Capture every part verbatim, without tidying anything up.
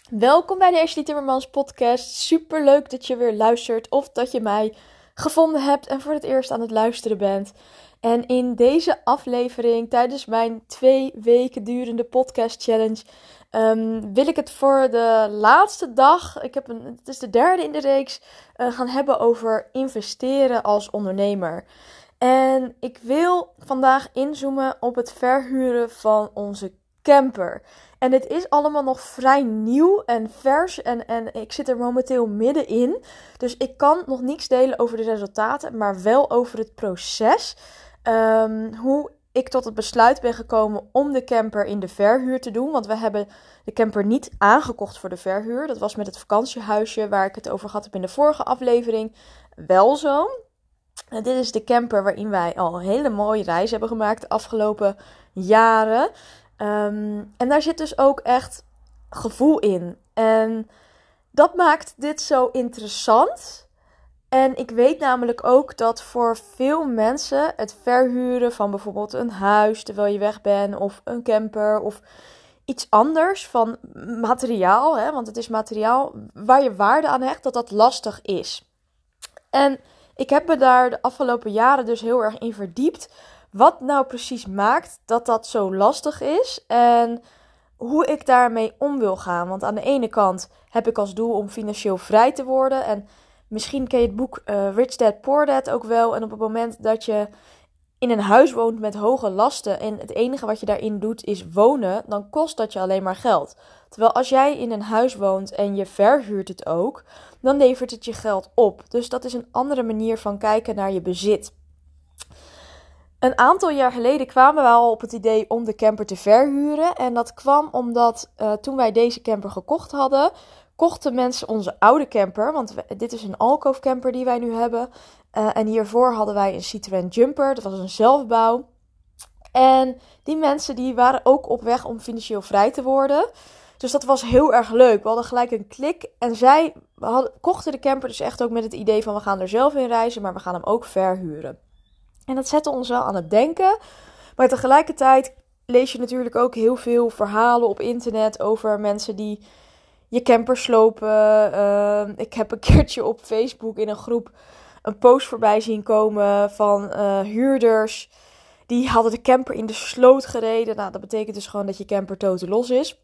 Welkom bij de Ashley Timmermans podcast. Super leuk dat je weer luistert of dat je mij gevonden hebt en voor het eerst aan het luisteren bent. En in deze aflevering, tijdens mijn twee weken durende podcast challenge, um, wil ik het voor de laatste dag, ik heb een, het is de derde in de reeks, uh, gaan hebben over investeren als ondernemer. En ik wil vandaag inzoomen op het verhuren van onze camper. En dit is allemaal nog vrij nieuw en vers en, en ik zit er momenteel middenin. Dus ik kan nog niets delen over de resultaten, maar wel over het proces. Um, hoe ik tot het besluit ben gekomen om de camper in de verhuur te doen. Want we hebben de camper niet aangekocht voor de verhuur. Dat was met het vakantiehuisje waar ik het over gehad heb in de vorige aflevering wel zo. En dit is de camper waarin wij al een hele mooie reis hebben gemaakt de afgelopen jaren. Um, en daar zit dus ook echt gevoel in. En dat maakt dit zo interessant. En ik weet namelijk ook dat voor veel mensen het verhuren van bijvoorbeeld een huis terwijl je weg bent, of een camper of iets anders van materiaal, hè, want het is materiaal waar je waarde aan hecht, dat dat lastig is. En ik heb me daar de afgelopen jaren dus heel erg in verdiept. Wat nou precies maakt dat dat zo lastig is en hoe ik daarmee om wil gaan. Want aan de ene kant heb ik als doel om financieel vrij te worden. En misschien ken je het boek uh, Rich Dad Poor Dad ook wel. En op het moment dat je in een huis woont met hoge lasten en het enige wat je daarin doet is wonen, dan kost dat je alleen maar geld. Terwijl als jij in een huis woont en je verhuurt het ook, dan levert het je geld op. Dus dat is een andere manier van kijken naar je bezit. Een aantal jaar geleden kwamen we al op het idee om de camper te verhuren. En dat kwam omdat uh, toen wij deze camper gekocht hadden, kochten mensen onze oude camper. Want we, dit is een alcove camper die wij nu hebben. Uh, en hiervoor hadden wij een Citroën Jumper. Dat was een zelfbouw. En die mensen die waren ook op weg om financieel vrij te worden. Dus dat was heel erg leuk. We hadden gelijk een klik. En zij hadden, kochten de camper dus echt ook met het idee van we gaan er zelf in reizen, maar we gaan hem ook verhuren. En dat zette ons wel aan het denken. Maar tegelijkertijd lees je natuurlijk ook heel veel verhalen op internet over mensen die je camper slopen. Uh, ik heb een keertje op Facebook in een groep een post voorbij zien komen van uh, huurders. Die hadden de camper in de sloot gereden. Nou, dat betekent dus gewoon dat je camper totaal los is.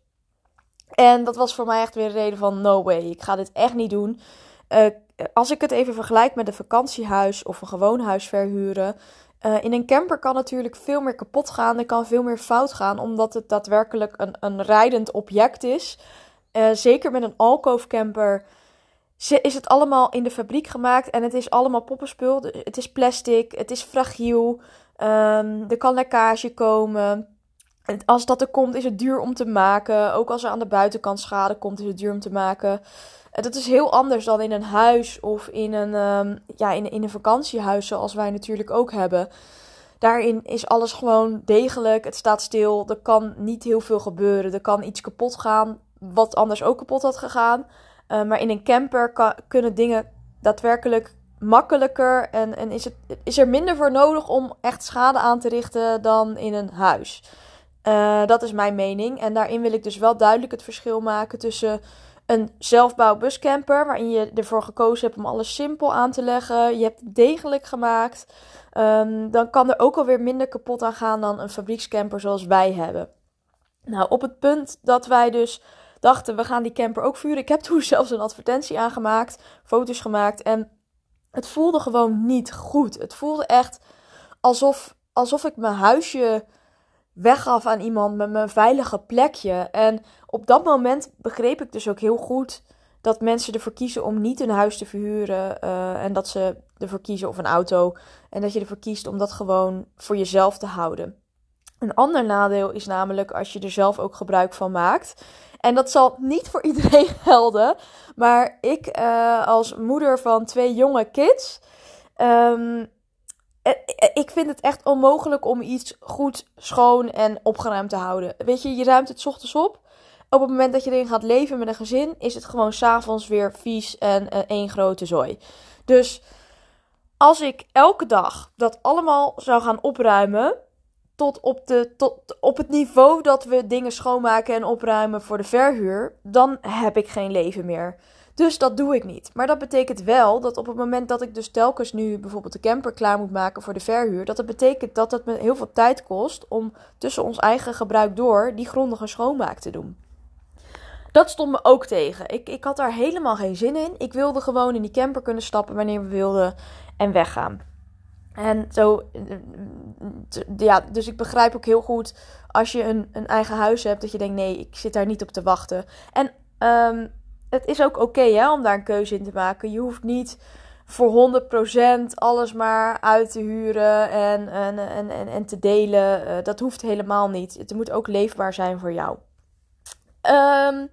En dat was voor mij echt weer een reden van no way, ik ga dit echt niet doen. Uh, als ik het even vergelijk met een vakantiehuis of een gewoon huis verhuren. Uh, in een camper kan natuurlijk veel meer kapot gaan. Er kan veel meer fout gaan, omdat het daadwerkelijk een, een rijdend object is. Uh, zeker met een alcove camper is het allemaal in de fabriek gemaakt. En het is allemaal poppenspul. Het is plastic, het is fragiel. Um, er kan lekkage komen. En als dat er komt, is het duur om te maken. Ook als er aan de buitenkant schade komt, is het duur om te maken. Dat is heel anders dan in een huis of in een, um, ja, in, in een vakantiehuis zoals wij natuurlijk ook hebben. Daarin is alles gewoon degelijk. Het staat stil. Er kan niet heel veel gebeuren. Er kan iets kapot gaan wat anders ook kapot had gegaan. Uh, maar in een camper kan, kunnen dingen daadwerkelijk makkelijker. En, en is, het, is er minder voor nodig om echt schade aan te richten dan in een huis. Uh, dat is mijn mening. En daarin wil ik dus wel duidelijk het verschil maken tussen een zelfbouw buscamper, waarin je ervoor gekozen hebt om alles simpel aan te leggen. Je hebt het degelijk gemaakt. Um, dan kan er ook alweer minder kapot aan gaan dan een fabriekscamper zoals wij hebben. Nou, op het punt dat wij dus dachten, we gaan die camper ook vuren. Ik heb toen zelfs een advertentie aangemaakt, foto's gemaakt. En het voelde gewoon niet goed. Het voelde echt alsof, alsof ik mijn huisje weggaf aan iemand met mijn veilige plekje. En op dat moment begreep ik dus ook heel goed dat mensen ervoor kiezen om niet een huis te verhuren. Uh, en dat ze ervoor kiezen, of een auto. En dat je ervoor kiest om dat gewoon voor jezelf te houden. Een ander nadeel is namelijk als je er zelf ook gebruik van maakt. En dat zal niet voor iedereen gelden. Maar ik uh, als moeder van twee jonge kids, Um, ik vind het echt onmogelijk om iets goed, schoon en opgeruimd te houden. Weet je, je ruimt het 's ochtends op. Op het moment dat je erin gaat leven met een gezin, is het gewoon 's avonds weer vies en uh, één grote zooi. Dus als ik elke dag dat allemaal zou gaan opruimen, tot op, de, tot op het niveau dat we dingen schoonmaken en opruimen voor de verhuur, dan heb ik geen leven meer. Dus dat doe ik niet. Maar dat betekent wel dat op het moment dat ik dus telkens nu bijvoorbeeld de camper klaar moet maken voor de verhuur, dat het betekent dat het me heel veel tijd kost om tussen ons eigen gebruik door die grondige schoonmaak te doen. Dat stond me ook tegen. Ik, ik had daar helemaal geen zin in. Ik wilde gewoon in die camper kunnen stappen wanneer we wilden en weggaan. En zo, ja, dus ik begrijp ook heel goed als je een, een eigen huis hebt, dat je denkt, nee, ik zit daar niet op te wachten. En um, het is ook oké okay, hè, om daar een keuze in te maken. Je hoeft niet voor honderd procent alles maar uit te huren en, en, en, en, en te delen. Uh, dat hoeft helemaal niet. Het moet ook leefbaar zijn voor jou. Um,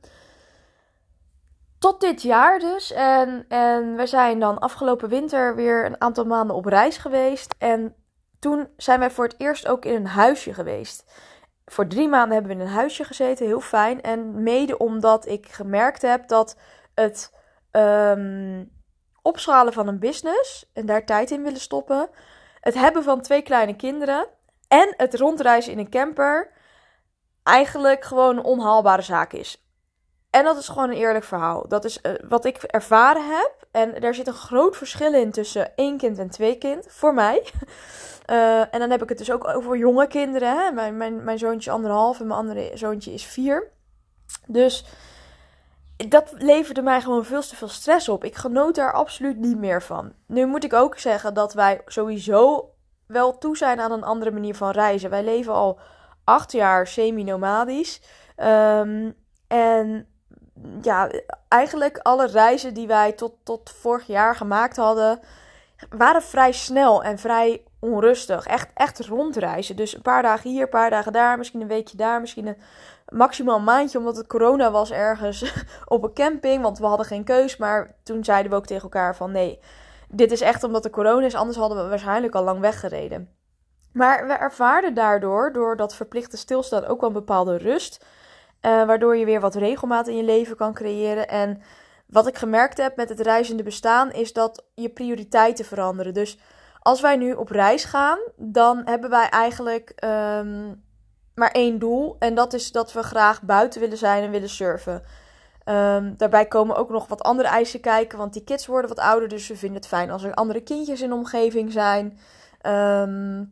tot dit jaar dus. En, en we zijn dan afgelopen winter weer een aantal maanden op reis geweest. En toen zijn wij voor het eerst ook in een huisje geweest. Voor drie maanden hebben we in een huisje gezeten. Heel fijn. En mede omdat ik gemerkt heb dat het um, opschalen van een business en daar tijd in willen stoppen, het hebben van twee kleine kinderen en het rondreizen in een camper eigenlijk gewoon een onhaalbare zaak is. En dat is gewoon een eerlijk verhaal. Dat is uh, wat ik ervaren heb. En daar zit een groot verschil in tussen één kind en twee kind. Voor mij. Uh, en dan heb ik het dus ook over jonge kinderen. Hè? Mijn, mijn, mijn zoontje is anderhalf en mijn andere zoontje is vier. Dus dat leverde mij gewoon veel te veel stress op. Ik genoot daar absoluut niet meer van. Nu moet ik ook zeggen dat wij sowieso wel toe zijn aan een andere manier van reizen. Wij leven al acht jaar semi-nomadisch. Um, en ja, eigenlijk alle reizen die wij tot, tot vorig jaar gemaakt hadden, waren vrij snel en vrij onrustig. Echt, echt rondreizen. Dus een paar dagen hier, een paar dagen daar, misschien een weekje daar, misschien een maximaal een maandje, omdat het corona was ergens op een camping, want we hadden geen keus. Maar toen zeiden we ook tegen elkaar van nee, dit is echt omdat er corona is, anders hadden we waarschijnlijk al lang weggereden. Maar we ervaarden daardoor, door dat verplichte stilstaan, ook wel een bepaalde rust. Uh, waardoor je weer wat regelmaat in je leven kan creëren. En wat ik gemerkt heb met het reizende bestaan, is dat je prioriteiten veranderen. Dus als wij nu op reis gaan, dan hebben wij eigenlijk um, maar één doel. En dat is dat we graag buiten willen zijn en willen surfen. Um, daarbij komen ook nog wat andere eisen kijken, want die kids worden wat ouder. Dus we vinden het fijn als er andere kindjes in de omgeving zijn. Um,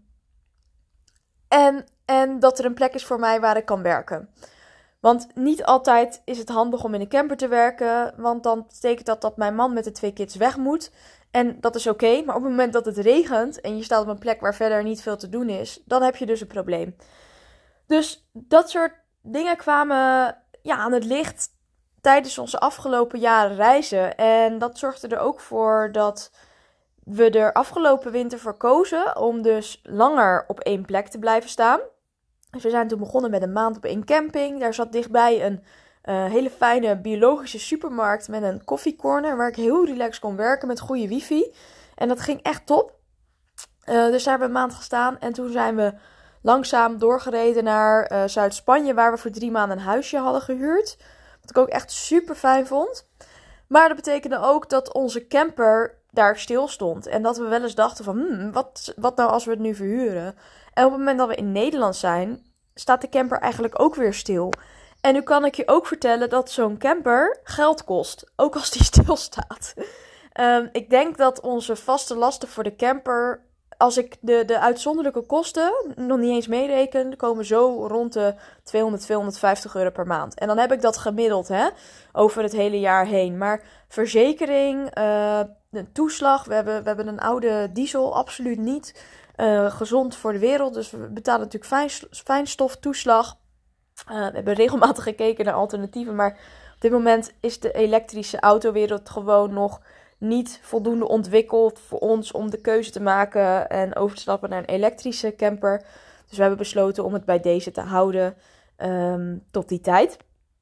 en, en dat er een plek is voor mij waar ik kan werken. Want niet altijd is het handig om in een camper te werken. Want dan betekent dat dat mijn man met de twee kids weg moet. En dat is oké. Okay, maar op het moment dat het regent en je staat op een plek waar verder niet veel te doen is, dan heb je dus een probleem. Dus dat soort dingen kwamen ja, aan het licht tijdens onze afgelopen jaren reizen. En dat zorgde er ook voor dat we er afgelopen winter voor kozen om dus langer op één plek te blijven staan. Dus we zijn toen begonnen met een maand op één camping. Daar zat dichtbij een uh, hele fijne biologische supermarkt met een koffiecorner waar ik heel relaxed kon werken met goede wifi. En dat ging echt top. Uh, dus daar hebben we een maand gestaan en toen zijn we langzaam doorgereden naar uh, Zuid-Spanje, waar we voor drie maanden een huisje hadden gehuurd. Wat ik ook echt super fijn vond. Maar dat betekende ook dat onze camper daar stil stond. En dat we wel eens dachten van, hmm, wat, wat nou als we het nu verhuren? En op het moment dat we in Nederland zijn, staat de camper eigenlijk ook weer stil. En nu kan ik je ook vertellen dat zo'n camper geld kost. Ook als die stilstaat. Um, ik denk dat onze vaste lasten voor de camper, als ik de, de uitzonderlijke kosten nog niet eens meereken, komen zo rond de tweehonderd, tweehonderdvijftig euro per maand. En dan heb ik dat gemiddeld, hè, over het hele jaar heen. Maar verzekering, uh, een toeslag, we hebben, we hebben een oude diesel, absoluut niet uh, gezond voor de wereld. Dus we betalen natuurlijk fijn, fijnstoftoeslag. Uh, we hebben regelmatig gekeken naar alternatieven, maar op dit moment is de elektrische autowereld gewoon nog niet voldoende ontwikkeld voor ons om de keuze te maken en over te stappen naar een elektrische camper. Dus we hebben besloten om het bij deze te houden um, tot die tijd.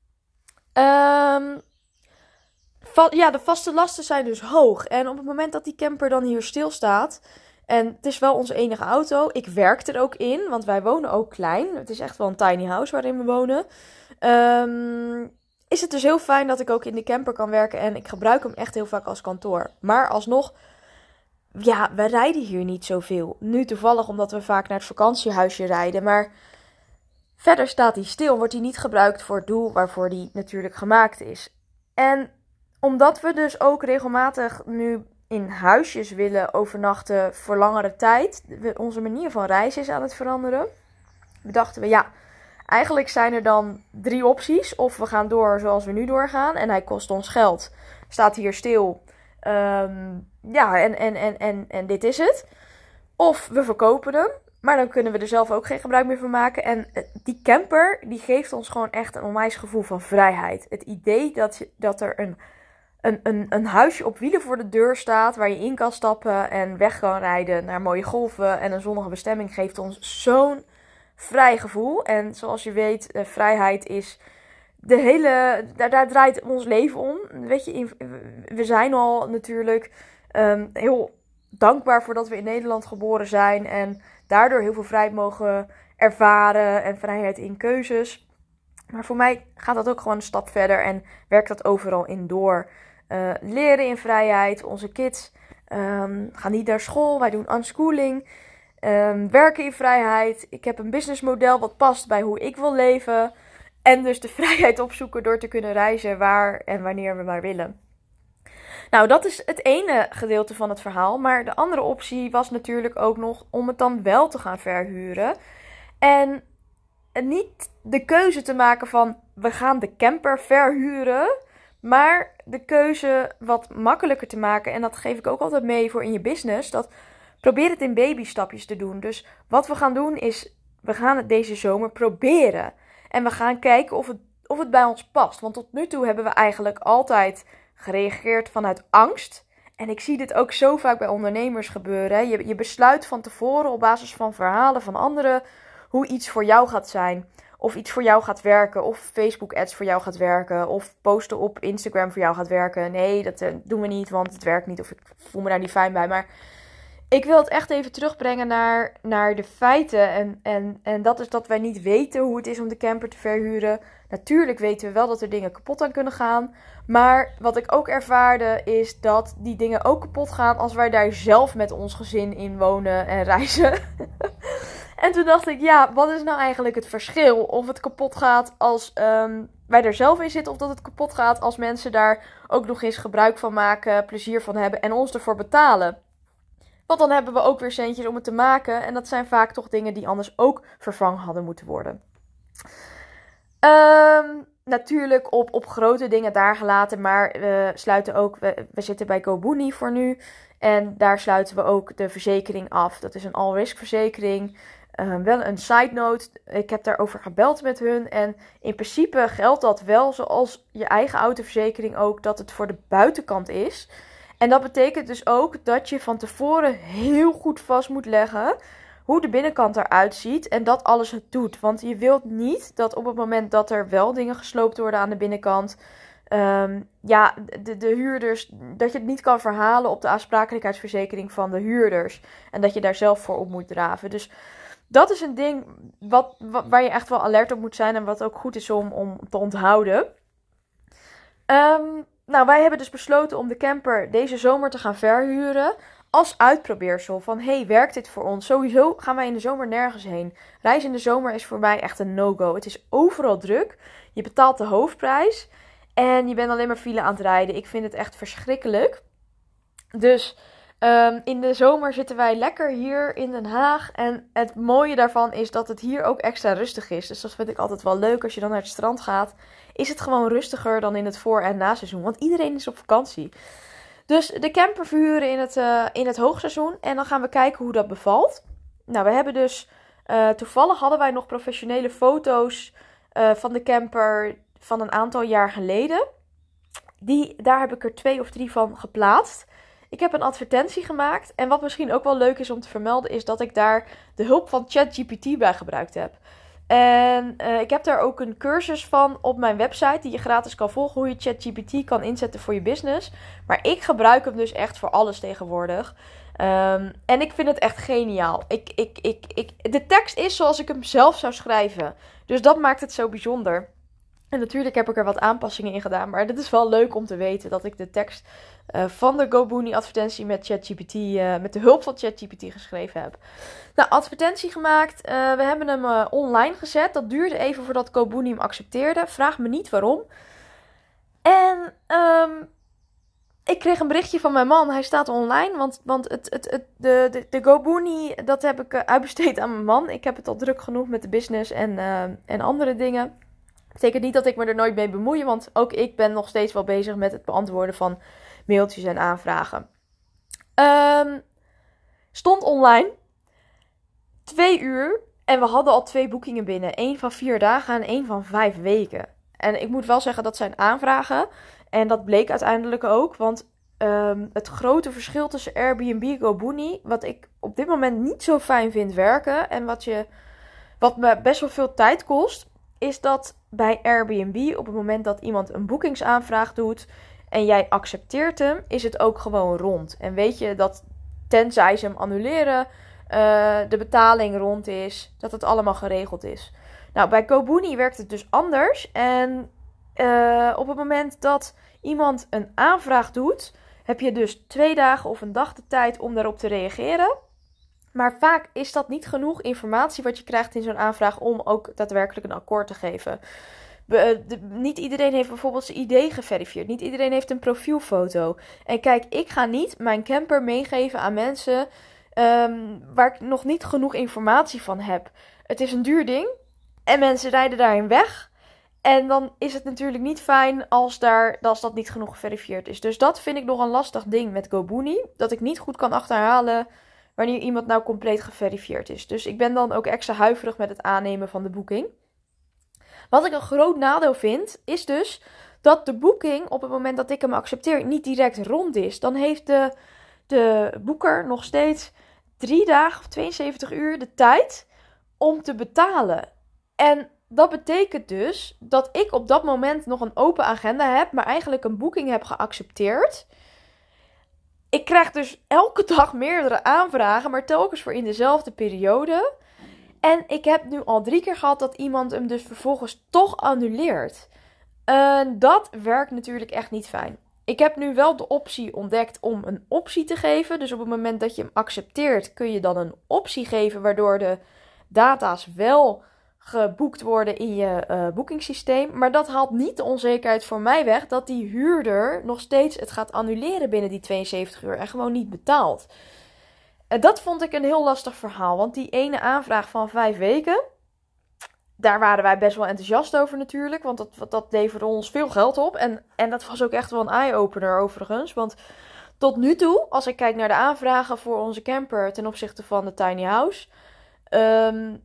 Um, va- ja, de vaste lasten zijn dus hoog. En op het moment dat die camper dan hier stilstaat, en het is wel onze enige auto, ik werk er ook in, want wij wonen ook klein. Het is echt wel een tiny house waarin we wonen. Um, is het dus heel fijn dat ik ook in de camper kan werken en ik gebruik hem echt heel vaak als kantoor. Maar alsnog ja, we rijden hier niet zoveel. Nu toevallig omdat we vaak naar het vakantiehuisje rijden. Maar verder staat hij stil. Wordt hij niet gebruikt voor het doel waarvoor hij natuurlijk gemaakt is. En omdat we dus ook regelmatig nu in huisjes willen overnachten voor langere tijd. Onze manier van reizen is aan het veranderen. Bedachten we, ja, eigenlijk zijn er dan drie opties. Of we gaan door zoals we nu doorgaan en hij kost ons geld. Staat hier stil. Um, ja, en, en, en, en, en dit is het. Of we verkopen hem. Maar dan kunnen we er zelf ook geen gebruik meer van maken. En die camper, die geeft ons gewoon echt een onwijs gevoel van vrijheid. Het idee dat, je, dat er een, een, een, een huisje op wielen voor de deur staat, waar je in kan stappen en weg kan rijden naar mooie golven en een zonnige bestemming, geeft ons zo'n vrij gevoel. En zoals je weet, uh, vrijheid is de hele, daar, daar draait ons leven om. Weet je, we zijn al natuurlijk um, heel dankbaar voor dat we in Nederland geboren zijn en daardoor heel veel vrijheid mogen ervaren en vrijheid in keuzes. Maar voor mij gaat dat ook gewoon een stap verder en werkt dat overal in door. Uh, leren in vrijheid. Onze kids um, gaan niet naar school. Wij doen unschooling. Um, werken in vrijheid. Ik heb een businessmodel wat past bij hoe ik wil leven. En dus de vrijheid opzoeken door te kunnen reizen waar en wanneer we maar willen. Nou, dat is het ene gedeelte van het verhaal. Maar de andere optie was natuurlijk ook nog om het dan wel te gaan verhuren. En niet de keuze te maken van we gaan de camper verhuren. Maar de keuze wat makkelijker te maken. En dat geef ik ook altijd mee voor in je business. Dat probeer het in babystapjes te doen. Dus wat we gaan doen is, we gaan het deze zomer proberen. En we gaan kijken of het, of het bij ons past. Want tot nu toe hebben we eigenlijk altijd gereageerd vanuit angst. En ik zie dit ook zo vaak bij ondernemers gebeuren. Je, je besluit van tevoren op basis van verhalen van anderen hoe iets voor jou gaat zijn. Of iets voor jou gaat werken. Of Facebook ads voor jou gaat werken. Of posten op Instagram voor jou gaat werken. Nee, dat uh, doen we niet, want het werkt niet. Of ik voel me daar niet fijn bij. Maar ik wil het echt even terugbrengen naar, naar de feiten. En, en, en dat is dat wij niet weten hoe het is om de camper te verhuren. Natuurlijk weten we wel dat er dingen kapot aan kunnen gaan. Maar wat ik ook ervaarde is dat die dingen ook kapot gaan als wij daar zelf met ons gezin in wonen en reizen. En toen dacht ik, ja, wat is nou eigenlijk het verschil? Of het kapot gaat als um, wij er zelf in zitten, of dat het kapot gaat als mensen daar ook nog eens gebruik van maken, plezier van hebben en ons ervoor betalen. Want dan hebben we ook weer centjes om het te maken. En dat zijn vaak toch dingen die anders ook vervangen hadden moeten worden. Um, natuurlijk op, op grote dingen daar gelaten. Maar we sluiten ook, we, we zitten bij GoBooney voor nu. En daar sluiten we ook de verzekering af. Dat is een all-risk verzekering. Um, wel een side note. Ik heb daarover gebeld met hun. En in principe geldt dat wel zoals je eigen autoverzekering ook. Dat het voor de buitenkant is. En dat betekent dus ook dat je van tevoren heel goed vast moet leggen hoe de binnenkant eruit ziet en dat alles het doet. Want je wilt niet dat op het moment dat er wel dingen gesloopt worden aan de binnenkant, um, ja, de, de huurders, dat je het niet kan verhalen op de aansprakelijkheidsverzekering van de huurders. En dat je daar zelf voor op moet draven. Dus dat is een ding wat, wat, waar je echt wel alert op moet zijn en wat ook goed is om, om te onthouden. Um, Nou, wij hebben dus besloten om de camper deze zomer te gaan verhuren als uitprobeersel. Van, hey, werkt dit voor ons? Sowieso gaan wij in de zomer nergens heen. Reizen in de zomer is voor mij echt een no-go. Het is overal druk. Je betaalt de hoofdprijs. En je bent alleen maar file aan het rijden. Ik vind het echt verschrikkelijk. Dus um, in de zomer zitten wij lekker hier in Den Haag. En het mooie daarvan is dat het hier ook extra rustig is. Dus dat vind ik altijd wel leuk als je dan naar het strand gaat. Is het gewoon rustiger dan in het voor- en naseizoen. Want iedereen is op vakantie. Dus de camper verhuren in het, uh, in het hoogseizoen. En dan gaan we kijken hoe dat bevalt. Nou, we hebben dus... Uh, toevallig hadden wij nog professionele foto's uh, van de camper van een aantal jaar geleden. Die, daar heb ik er twee of drie van geplaatst. Ik heb een advertentie gemaakt. En wat misschien ook wel leuk is om te vermelden, is dat ik daar de hulp van ChatGPT bij gebruikt heb. En uh, ik heb daar ook een cursus van op mijn website die je gratis kan volgen, hoe je ChatGPT kan inzetten voor je business. Maar ik gebruik hem dus echt voor alles tegenwoordig. Um, en ik vind het echt geniaal. Ik, ik, ik, ik, de tekst is zoals ik hem zelf zou schrijven. Dus dat maakt het zo bijzonder. En natuurlijk heb ik er wat aanpassingen in gedaan. Maar het is wel leuk om te weten dat ik de tekst uh, van de GoBooney advertentie met ChatGPT, uh, met de hulp van ChatGPT geschreven heb. Nou, advertentie gemaakt. Uh, we hebben hem uh, online gezet. Dat duurde even voordat GoBooney hem accepteerde. Vraag me niet waarom. En um, ik kreeg een berichtje van mijn man. Hij staat online. Want, want het, het, het, de, de, de GoBooney, dat heb ik uh, uitbesteed aan mijn man. Ik heb het al druk genoeg met de business en, uh, en andere dingen. Betekent niet dat ik me er nooit mee bemoei, want ook ik ben nog steeds wel bezig met het beantwoorden van mailtjes en aanvragen. Um, stond online, twee uur en we hadden al twee boekingen binnen. Eén van vier dagen en één van vijf weken. En ik moet wel zeggen, dat zijn aanvragen. En dat bleek uiteindelijk ook, want um, het grote verschil tussen Airbnb en GoBooney, wat ik op dit moment niet zo fijn vind werken en wat, je, wat me best wel veel tijd kost, is dat bij Airbnb op het moment dat iemand een boekingsaanvraag doet en jij accepteert hem, is het ook gewoon rond. En weet je dat tenzij ze hem annuleren, uh, de betaling rond is, dat het allemaal geregeld is. Nou, bij GoBooney werkt het dus anders. En uh, op het moment dat iemand een aanvraag doet, heb je dus twee dagen of een dag de tijd om daarop te reageren. Maar vaak is dat niet genoeg informatie wat je krijgt in zo'n aanvraag om ook daadwerkelijk een akkoord te geven. Be, de, niet iedereen heeft bijvoorbeeld zijn I D geverifieerd. Niet iedereen heeft een profielfoto. En kijk, ik ga niet mijn camper meegeven aan mensen um, waar ik nog niet genoeg informatie van heb. Het is een duur ding en mensen rijden daarin weg. En dan is het natuurlijk niet fijn als, daar, als dat niet genoeg geverifieerd is. Dus dat vind ik nog een lastig ding met GoBooney. Dat ik niet goed kan achterhalen wanneer iemand nou compleet geverifieerd is. Dus ik ben dan ook extra huiverig met het aannemen van de boeking. Wat ik een groot nadeel vind, is dus dat de boeking op het moment dat ik hem accepteer niet direct rond is. Dan heeft de, de boeker nog steeds drie dagen of tweeënzeventig uur de tijd om te betalen. En dat betekent dus dat ik op dat moment nog een open agenda heb, maar eigenlijk een boeking heb geaccepteerd. Ik krijg dus elke dag meerdere aanvragen, maar telkens voor in dezelfde periode. En ik heb nu al drie keer gehad dat iemand hem dus vervolgens toch annuleert. Uh, dat werkt natuurlijk echt niet fijn. Ik heb nu wel de optie ontdekt om een optie te geven. Dus op het moment dat je hem accepteert, kun je dan een optie geven, waardoor de data's wel geboekt worden in je uh, boekingssysteem. Maar dat haalt niet de onzekerheid voor mij weg dat die huurder nog steeds het gaat annuleren binnen die tweeënzeventig uur en gewoon niet betaalt. En dat vond ik een heel lastig verhaal, want die ene aanvraag van vijf weken, daar waren wij best wel enthousiast over natuurlijk, want dat, dat leverde ons veel geld op. En, en dat was ook echt wel een eye-opener overigens, want tot nu toe, als ik kijk naar de aanvragen voor onze camper ten opzichte van de tiny house, um,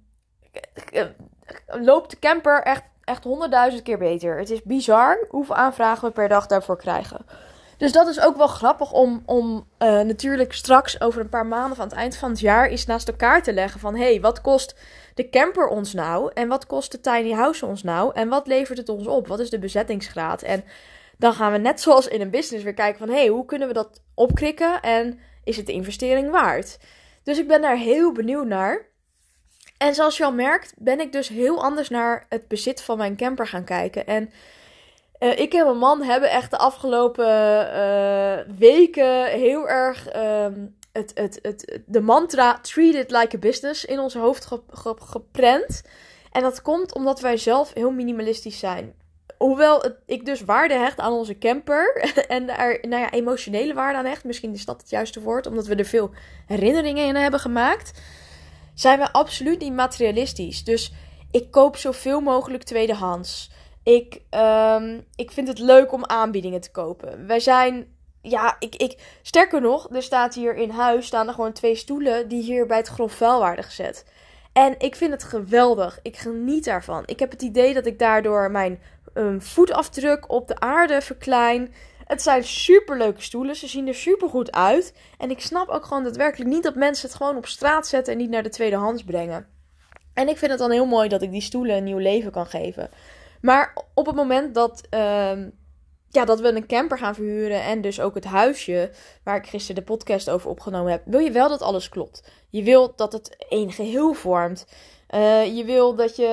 loopt de camper echt, echt honderdduizend keer beter. Het is bizar hoeveel aanvragen we per dag daarvoor krijgen. Dus dat is ook wel grappig om, om uh, natuurlijk straks over een paar maanden van het eind van het jaar eens naast elkaar te leggen van, hé, hey, wat kost de camper ons nou? En wat kost de tiny house ons nou? En wat levert het ons op? Wat is de bezettingsgraad? En dan gaan we net zoals in een business weer kijken van, hé, hey, hoe kunnen we dat opkrikken? En is het de investering waard? Dus ik ben daar heel benieuwd naar. En zoals je al merkt, ben ik dus heel anders naar het bezit van mijn camper gaan kijken. En uh, ik en mijn man hebben echt de afgelopen uh, weken heel erg um, het, het, het, de mantra treat it like a business in ons hoofd ge, ge, geprent. En dat komt omdat wij zelf heel minimalistisch zijn. Hoewel het, ik dus waarde hecht aan onze camper en daar nou ja, emotionele waarde aan hecht. Misschien is dat het juiste woord, omdat we er veel herinneringen in hebben gemaakt. Zijn we absoluut niet materialistisch. Dus ik koop zoveel mogelijk tweedehands. Ik, um, ik vind het leuk om aanbiedingen te kopen. Wij zijn, ja, ik, ik, sterker nog, er staat hier in huis, staan er gewoon twee stoelen die hier bij het grof vuil waren gezet. En ik vind het geweldig. Ik geniet daarvan. Ik heb het idee dat ik daardoor mijn um, voetafdruk op de aarde verklein. Het zijn superleuke stoelen. Ze zien er supergoed uit. En ik snap ook gewoon daadwerkelijk niet dat mensen het gewoon op straat zetten en niet naar de tweedehands brengen. En ik vind het dan heel mooi dat ik die stoelen een nieuw leven kan geven. Maar op het moment dat, uh, ja, dat we een camper gaan verhuren en dus ook het huisje waar ik gisteren de podcast over opgenomen heb, wil je wel dat alles klopt. Je wil dat het één geheel vormt. Uh, je wil dat je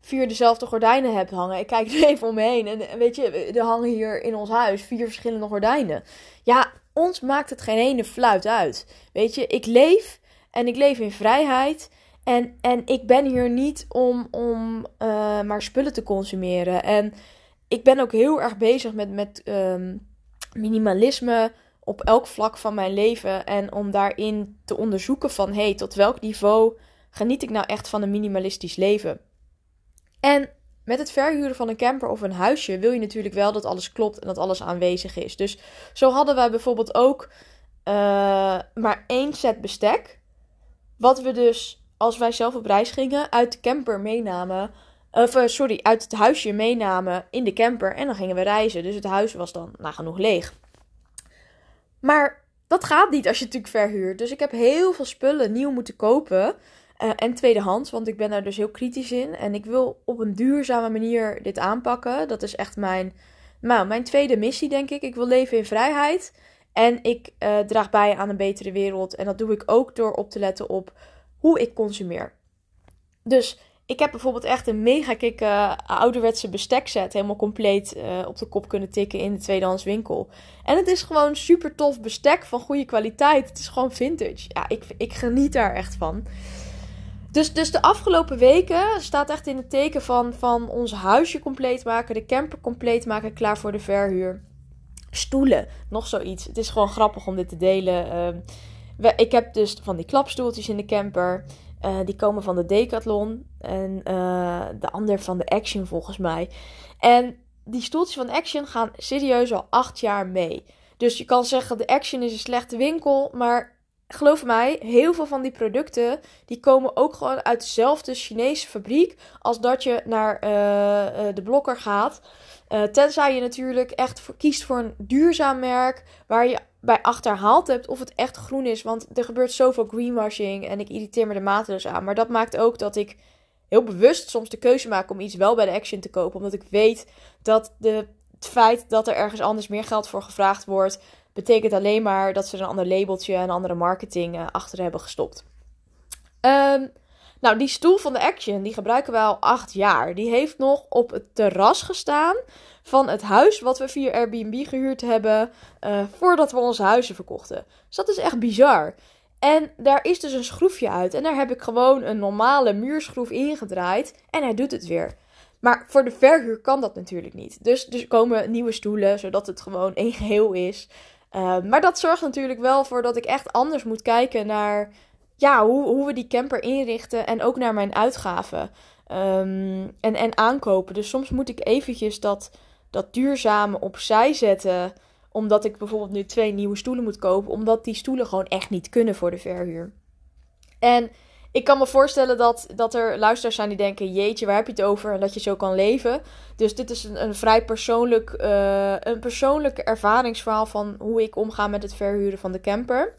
vier dezelfde gordijnen heb hangen. Ik kijk nu even om me heen. En weet je, er hangen hier in ons huis vier verschillende gordijnen. Ja, ons maakt het geen ene fluit uit. Weet je, ik leef en ik leef in vrijheid. En, en ik ben hier niet om, om uh, maar spullen te consumeren. En ik ben ook heel erg bezig met, met um, minimalisme op elk vlak van mijn leven. En om daarin te onderzoeken van, hey, tot welk niveau geniet ik nou echt van een minimalistisch leven? En met het verhuren van een camper of een huisje wil je natuurlijk wel dat alles klopt en dat alles aanwezig is. Dus zo hadden wij bijvoorbeeld ook uh, maar één set bestek. Wat we dus, als wij zelf op reis gingen, uit de camper meenamen. Of uh, sorry, uit het huisje meenamen in de camper. En dan gingen we reizen. Dus het huis was dan nagenoeg leeg. Maar dat gaat niet als je het natuurlijk verhuurt. Dus ik heb heel veel spullen nieuw moeten kopen. Uh, en tweedehands, want ik ben daar dus heel kritisch in. En ik wil op een duurzame manier dit aanpakken. Dat is echt mijn, nou, mijn tweede missie, denk ik. Ik wil leven in vrijheid. En ik uh, draag bij aan een betere wereld. En dat doe ik ook door op te letten op hoe ik consumeer. Dus ik heb bijvoorbeeld echt een mega kikke uh, ouderwetse bestekset helemaal compleet uh, op de kop kunnen tikken in de tweedehands winkel. En het is gewoon super tof bestek van goede kwaliteit. Het is gewoon vintage. Ja, ik, ik geniet daar echt van. Dus, dus de afgelopen weken staat echt in het teken van, van ons huisje compleet maken, de camper compleet maken, klaar voor de verhuur. Stoelen, nog zoiets. Het is gewoon grappig om dit te delen. Uh, we, ik heb dus van die klapstoeltjes in de camper. Uh, die komen van de Decathlon. En uh, de ander van de Action volgens mij. En die stoeltjes van Action gaan serieus al acht jaar mee. Dus je kan zeggen, de Action is een slechte winkel. Maar geloof mij, heel veel van die producten die komen ook gewoon uit dezelfde Chinese fabriek als dat je naar uh, uh, de Blokker gaat. Uh, tenzij je natuurlijk echt voor, kiest voor een duurzaam merk waar je bij achterhaald hebt of het echt groen is. Want er gebeurt zoveel greenwashing en ik irriteer me de maten dus aan. Maar dat maakt ook dat ik heel bewust soms de keuze maak om iets wel bij de Action te kopen. Omdat ik weet dat de, het feit dat er ergens anders meer geld voor gevraagd wordt, betekent alleen maar dat ze er een ander labeltje en een andere marketing uh, achter hebben gestopt. Um, nou, die stoel van de Action, die gebruiken we al acht jaar. Die heeft nog op het terras gestaan van het huis wat we via Airbnb gehuurd hebben uh, voordat we onze huizen verkochten. Dus dat is echt bizar. En daar is dus een schroefje uit. En daar heb ik gewoon een normale muurschroef ingedraaid. En hij doet het weer. Maar voor de verhuur kan dat natuurlijk niet. Dus, dus er komen nieuwe stoelen, zodat het gewoon één geheel is. Uh, maar dat zorgt natuurlijk wel voor dat ik echt anders moet kijken naar ja, hoe, hoe we die camper inrichten. En ook naar mijn uitgaven. Um, en, en aankopen. Dus soms moet ik eventjes dat, dat duurzame opzij zetten. Omdat ik bijvoorbeeld nu twee nieuwe stoelen moet kopen. Omdat die stoelen gewoon echt niet kunnen voor de verhuur. En ik kan me voorstellen dat, dat er luisteraars zijn die denken, jeetje, waar heb je het over? En dat je zo kan leven. Dus dit is een, een vrij persoonlijk, uh, een persoonlijke ervaringsverhaal van hoe ik omga met het verhuren van de camper.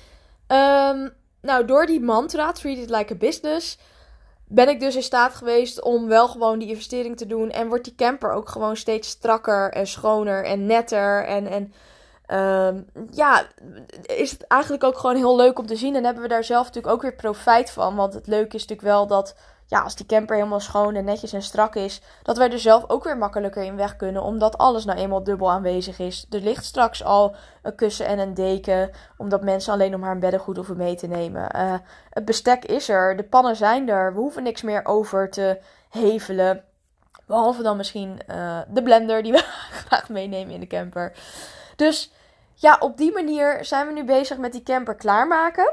Um, nou, door die mantra, treat it like a business, ben ik dus in staat geweest om wel gewoon die investering te doen. En wordt die camper ook gewoon steeds strakker en schoner en netter. En, en um, ja, is het eigenlijk ook gewoon heel leuk om te zien. En hebben we daar zelf natuurlijk ook weer profijt van. Want het leuke is natuurlijk wel dat, ja, als die camper helemaal schoon en netjes en strak is, dat wij er zelf ook weer makkelijker in weg kunnen. Omdat alles nou eenmaal dubbel aanwezig is. Er ligt straks al een kussen en een deken. Omdat mensen alleen nog maar een beddengoed hoeven mee te nemen. Uh, het bestek is er. De pannen zijn er. We hoeven niks meer over te hevelen. Behalve dan misschien uh, de blender die we graag meenemen in de camper. Dus ja, op die manier zijn we nu bezig met die camper klaarmaken.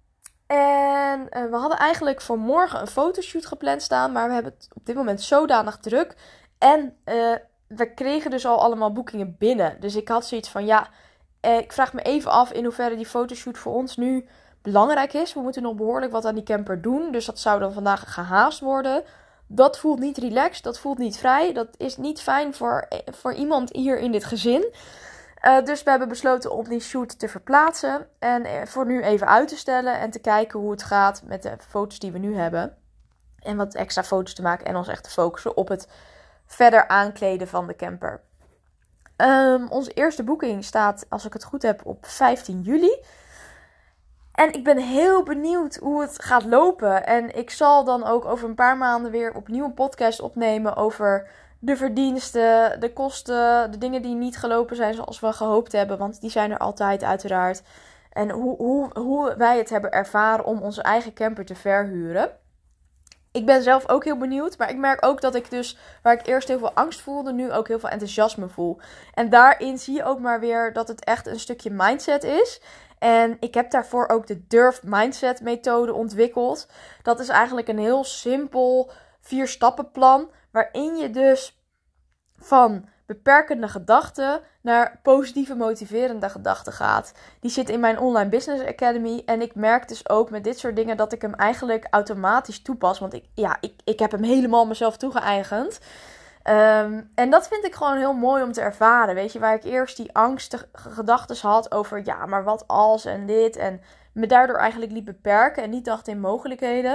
En uh, we hadden eigenlijk voor morgen een fotoshoot gepland staan. Maar we hebben het op dit moment zodanig druk. En uh, we kregen dus al allemaal boekingen binnen. Dus ik had zoiets van, ja, uh, ik vraag me even af in hoeverre die fotoshoot voor ons nu belangrijk is. We moeten nog behoorlijk wat aan die camper doen. Dus dat zou dan vandaag gehaast worden. Dat voelt niet relaxed, dat voelt niet vrij. Dat is niet fijn voor, voor iemand hier in dit gezin. Uh, dus we hebben besloten om die shoot te verplaatsen. En voor nu even uit te stellen. En te kijken hoe het gaat met de foto's die we nu hebben. En wat extra foto's te maken. En ons echt te focussen op het verder aankleden van de camper. Um, onze eerste boeking staat, als ik het goed heb, op vijftien juli. En ik ben heel benieuwd hoe het gaat lopen. En ik zal dan ook over een paar maanden weer opnieuw een podcast opnemen over de verdiensten, de kosten, de dingen die niet gelopen zijn zoals we gehoopt hebben. Want die zijn er altijd uiteraard. En hoe, hoe, hoe wij het hebben ervaren om onze eigen camper te verhuren. Ik ben zelf ook heel benieuwd. Maar ik merk ook dat ik dus, waar ik eerst heel veel angst voelde, nu ook heel veel enthousiasme voel. En daarin zie je ook maar weer dat het echt een stukje mindset is. En ik heb daarvoor ook de Durf Mindset methode ontwikkeld. Dat is eigenlijk een heel simpel vier stappenplan. Waarin je dus van beperkende gedachten naar positieve motiverende gedachten gaat. Die zit in mijn Online Business Academy. En ik merk dus ook met dit soort dingen dat ik hem eigenlijk automatisch toepas. Want ik, ja, ik, ik heb hem helemaal mezelf toegeëigend. Um, en dat vind ik gewoon heel mooi om te ervaren. Weet je, waar ik eerst die angstige gedachten had over ja, maar wat als en dit. En me daardoor eigenlijk liet beperken en niet dacht in mogelijkheden.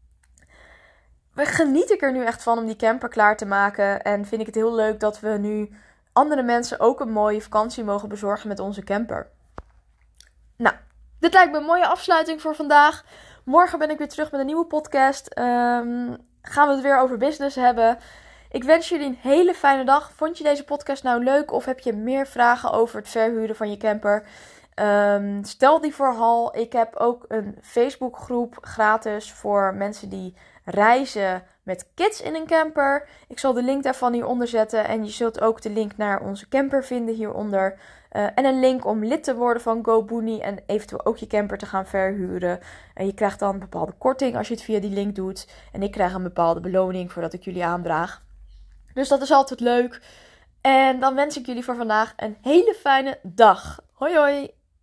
Geniet ik er nu echt van om die camper klaar te maken. En vind ik het heel leuk dat we nu andere mensen ook een mooie vakantie mogen bezorgen met onze camper. Nou, dit lijkt me een mooie afsluiting voor vandaag. Morgen ben ik weer terug met een nieuwe podcast. Um, gaan we het weer over business hebben. Ik wens jullie een hele fijne dag. Vond je deze podcast nou leuk of heb je meer vragen over het verhuren van je camper? Um, stel die vooral. Ik heb ook een Facebookgroep gratis voor mensen die reizen met kids in een camper. Ik zal de link daarvan hieronder zetten. En je zult ook de link naar onze camper vinden hieronder. Uh, en een link om lid te worden van GoBooney en eventueel ook je camper te gaan verhuren. En je krijgt dan een bepaalde korting als je het via die link doet. En ik krijg een bepaalde beloning voordat ik jullie aandraag. Dus dat is altijd leuk. En dan wens ik jullie voor vandaag een hele fijne dag. Hoi hoi!